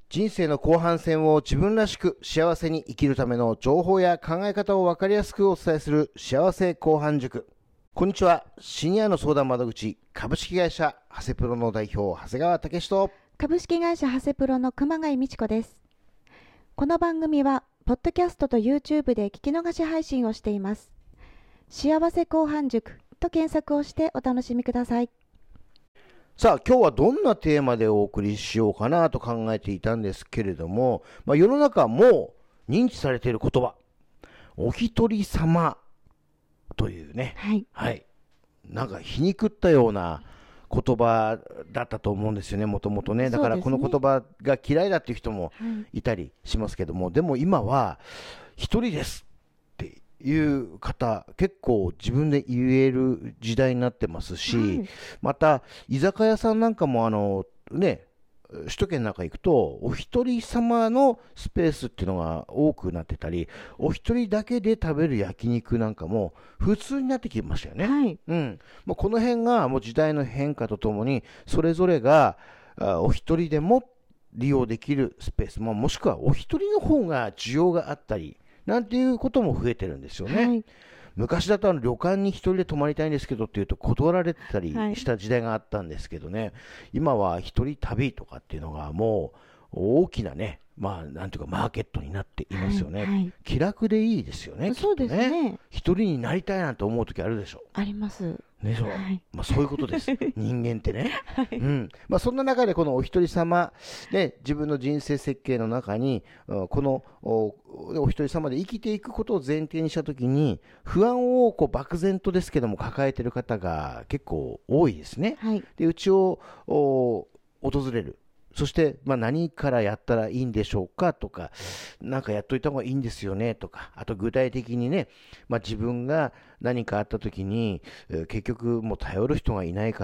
人生の後半戦を自分らしく幸せに生きるための情報や考え方を分かりやすくお伝えする幸せ後半塾。こんにちは。シニアの相談窓口株式会社ハセプロの代表長谷川武史と株式会社ハセプロの熊谷美智子です。この番組はポッドキャストと YouTube で聞き逃し配信をしています。幸せ後半塾と検索をしてお楽しみください。 さあ、今日はどんなテーマでお送りしようかなと考えていたんですけれども、世の中もう認知されている言葉、お一人様というね、はい、なんか皮肉ったような言葉だったと思うんですよね、もともとね。だからこの言葉が嫌いだっていう人もいたりしますけども、でも今は一人ですっていう方結構自分で言える時代になってますし、また居酒屋さんなんかも首都圏なんか行くとお一人様のスペースっていうのが多くなってたり、お一人だけで食べる焼肉なんかも普通になってきましたよね。この辺がもう時代の変化とともにそれぞれがお一人でも利用できるスペース、もしくはお一人の方が需要があったりなんていうことも増えてるんですよね。昔だと旅館に一人で泊まりたいんですけどっていうと断られてたりした時代があったんですけどね、今は一人旅とかっていうのがもう大きなね、なんていうかマーケットになっていますよね。気楽でいいですよね。 そうですね。 一人になりたいなんて思う時あるでしょ。 ありますね、そういうことです人間ってね。そんな中でこのお一人様で自分の人生設計の中にこのお一人様で生きていくことを前提にしたときに不安を漠然とですけども抱えている方が結構多いですね。でうちを訪れる。そして何からやったらいいんでしょうかとか、なんかやっといた方がいいんですよねとか、あと具体的にね、自分が何かあった時に結局もう頼る人がいないから、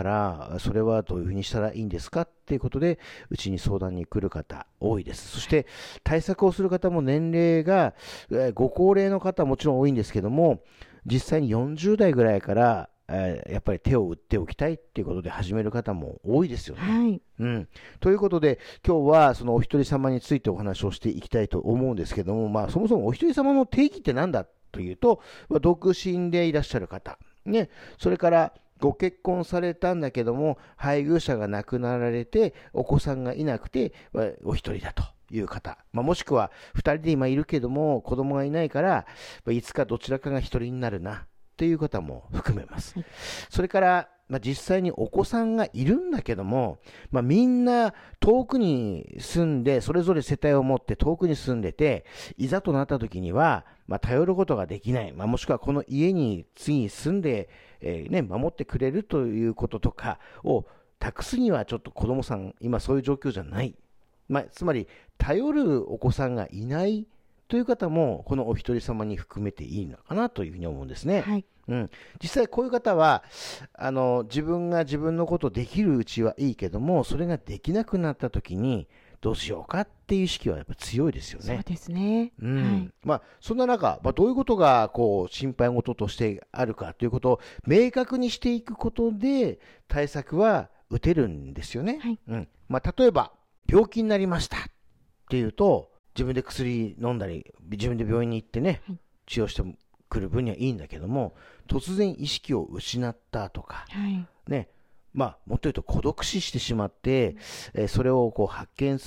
それはどういうふうにしたらいいんですかっていうことでうちに相談に来る方多いです。そして対策をする方も年齢がご高齢の方はもちろん多いんですけども、実際に40代ぐらいからやっぱり手を打っておきたいっていうことで始める方も多いですよね。ということで今日はそのお一人様についてお話をしていきたいと思うんですけども、そもそもお一人様の定義って何だというと、独身でいらっしゃる方、それからご結婚されたんだけども配偶者が亡くなられてお子さんがいなくてお一人だという方、もしくは2人で今いるけども子供がいないからいつかどちらかが一人になるなという方も含めます。それから実際にお子さんがいるんだけども、みんな遠くに住んでそれぞれ世帯を持って遠くに住んでて、いざとなった時には頼ることができない、もしくはこの家に次に住んで、守ってくれるということとかを託すにはちょっと子供さん今そういう状況じゃない、つまり頼るお子さんがいないという方もこのお一人様に含めていいのかなというふうに思うんですね。実際こういう方は自分が自分のことできるうちはいいけども、それができなくなった時にどうしようかっていう意識はやっぱ強いですよね。 そうですね。 そんな中、どういうことが心配事としてあるかということを明確にしていくことで対策は打てるんですよね。例えば病気になりましたっていうと自分で薬飲んだり自分で病院に行ってね、治療してくる分にはいいんだけども、突然意識を失ったとか、もっと言うと孤独死してしまって、それを発見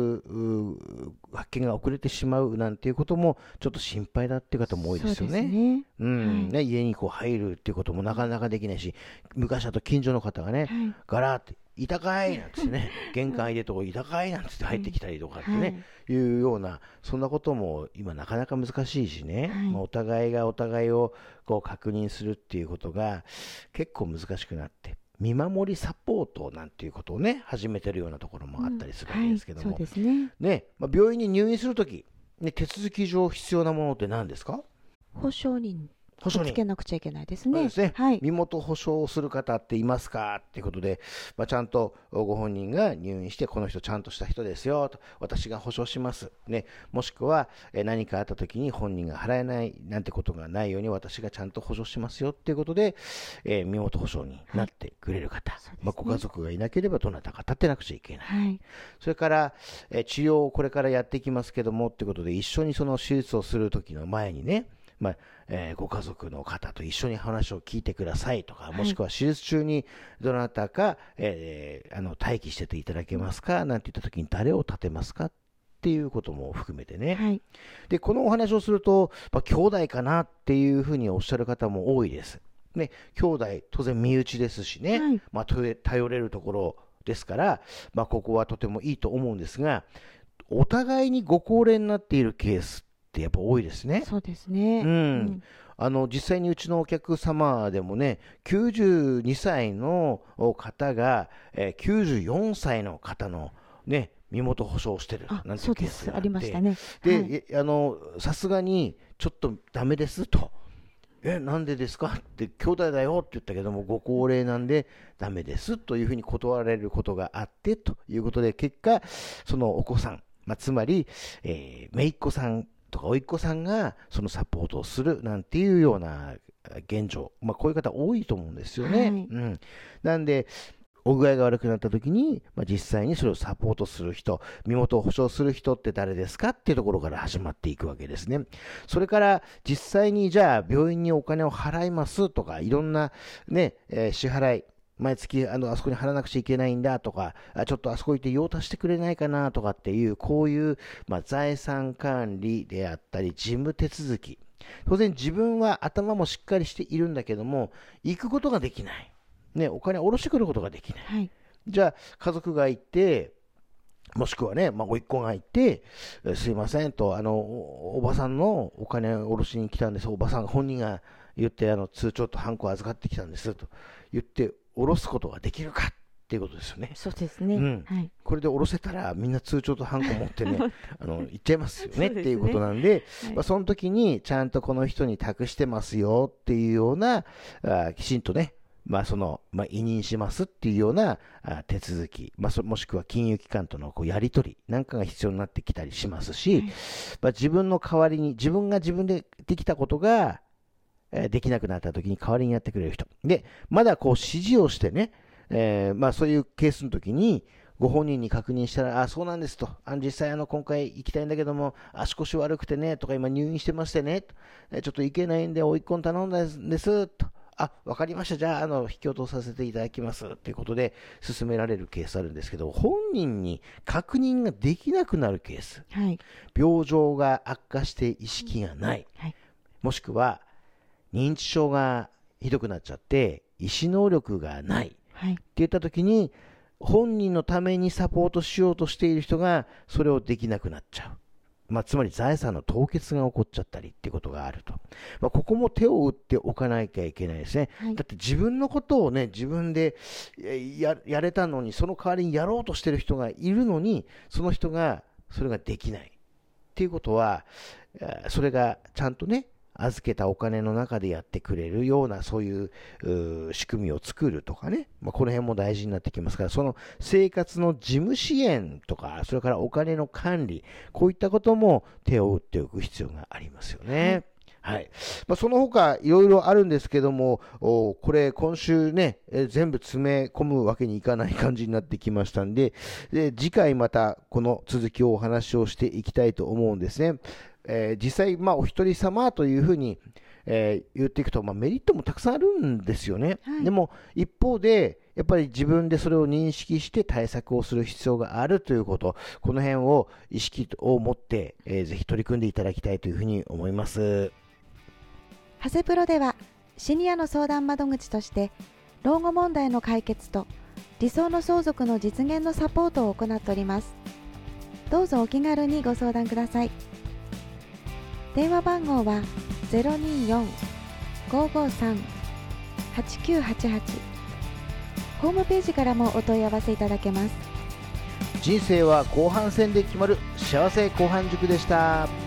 が遅れてしまうなんていうこともちょっと心配だっていう方も多いですよね。家に入るっていうこともなかなかできないし、昔だと近所の方がね、ガラーっていたかいなんてね、玄関入れといたかいなんて入ってきたりとかってね、いうようなそんなことも今なかなか難しいしね、お互いがお互いを確認するっていうことが結構難しくなって、見守りサポートなんていうことをね始めてるようなところもあったりするわけですけども、病院に入院するとき、手続き上必要なものって何ですか？ 保証人保証人つけなくちゃいけないですね。 そうですね、 はい。 身元保証をする方っていますかっていうことで、ちゃんとご本人が入院して、この人ちゃんとした人ですよと、私が保証します、ね、もしくは何かあった時に本人が払えないなんてことがないように私がちゃんと保証しますよっていうことで、身元保証になってくれる方、ご家族がいなければどなたか立てなくちゃいけない、 はい。 それから、治療をこれからやっていきますけどもってことで、一緒にその手術をする時の前にね、ご家族の方と一緒に話を聞いてくださいとか、もしくは手術中にどなたか、待機してていただけますかなんて言った時に誰を立てますかっていうことも含めてね、 はい。 でこのお話をすると、兄弟かなっていうふうにおっしゃる方も多いです、ね、兄弟当然身内ですしね、 はい。 頼れるところですから、ここはとてもいいと思うんですが、お互いにご高齢になっているケースってやっぱ多いですね。 そうですね。 実際にうちのお客様でもね、92歳の方が、94歳の方の、ね、身元保証をしてるなんていうケースがあって、 ありましたね。 で、さすがにちょっとダメですと。なんでですかって兄弟だよって言ったけどもご高齢なんでダメですというふうに断られることがあってということで、結果そのお子さん、つまり、姪っ子さんとか甥っ子さんがそのサポートをするなんていうような現状、こういう方多いと思うんですよね。なんでお具合が悪くなった時に、実際にそれをサポートする人、身元を保証する人って誰ですかっていうところから始まっていくわけですね。それから実際にじゃあ病院にお金を払いますとか、いろんなね、支払い、毎月あそこに払わなくちゃいけないんだとか、ちょっとあそこ行って用足してくれないかなとかっていう、こういう、財産管理であったり事務手続き、当然自分は頭もしっかりしているんだけども行くことができない、ね、お金を下ろしてくることができない、 はい。 じゃあ家族がいて、もしくはね、甥っ子がいて、すいませんと、おばさんのお金を下ろしに来たんです、おばさん本人が言って、通帳とハンコを預かってきたんですと言って下ろすことができるかっていうことですよね。 そうですね。はい。 これで下ろせたらみんな通帳とハンコ持ってね行っちゃいますよねっていうことなんで、その時にちゃんとこの人に託してますよっていうようなきちんとね、委任しますっていうような手続き、もしくは金融機関とのやり取りなんかが必要になってきたりしますし、自分の代わりに自分が自分でできたことができなくなった時に代わりにやってくれる人で、まだ指示をしてね、そういうケースの時にご本人に確認したら、そうなんですと、実際今回行きたいんだけども足腰悪くてねとか今入院してましてね、ちょっと行けないんで甥っ子に頼んだんですと、わかりました、じゃあ引き落とさせていただきますということで進められるケースあるんですけど、本人に確認ができなくなるケース、 はい。 病状が悪化して意識がない、 はい。 もしくは認知症がひどくなっちゃって意思能力がないって言った時に、本人のためにサポートしようとしている人がそれをできなくなっちゃう、つまり財産の凍結が起こっちゃったりっていうことがあると、ここも手を打っておかなきゃいけないですね。だって自分のことをね、自分でやれたのに、その代わりにやろうとしてる人がいるのに、その人がそれができないっていうことは、それがちゃんとね、預けたお金の中でやってくれるようなそういう仕組みを作るとかね、この辺も大事になってきますから、その生活の事務支援とか、それからお金の管理、こういったことも手を打っておく必要がありますよね。はい。その他いろいろあるんですけども、これ今週ね、全部詰め込むわけにいかない感じになってきましたんで、次回またこの続きをお話をしていきたいと思うんですね。実際、お一人様というふうに、言っていくと、メリットもたくさんあるんですよね。でも一方でやっぱり自分でそれを認識して対策をする必要があるということ、この辺を意識を持って、ぜひ取り組んでいただきたいというふうに思います。 ハセプロではシニアの相談窓口として老後問題の解決と理想の相続の実現のサポートを行っております。どうぞお気軽にご相談ください。電話番号は 024-553-8988、ホームページからもお問い合わせいただけます。 人生は後半戦で決まる幸せ後半塾でした。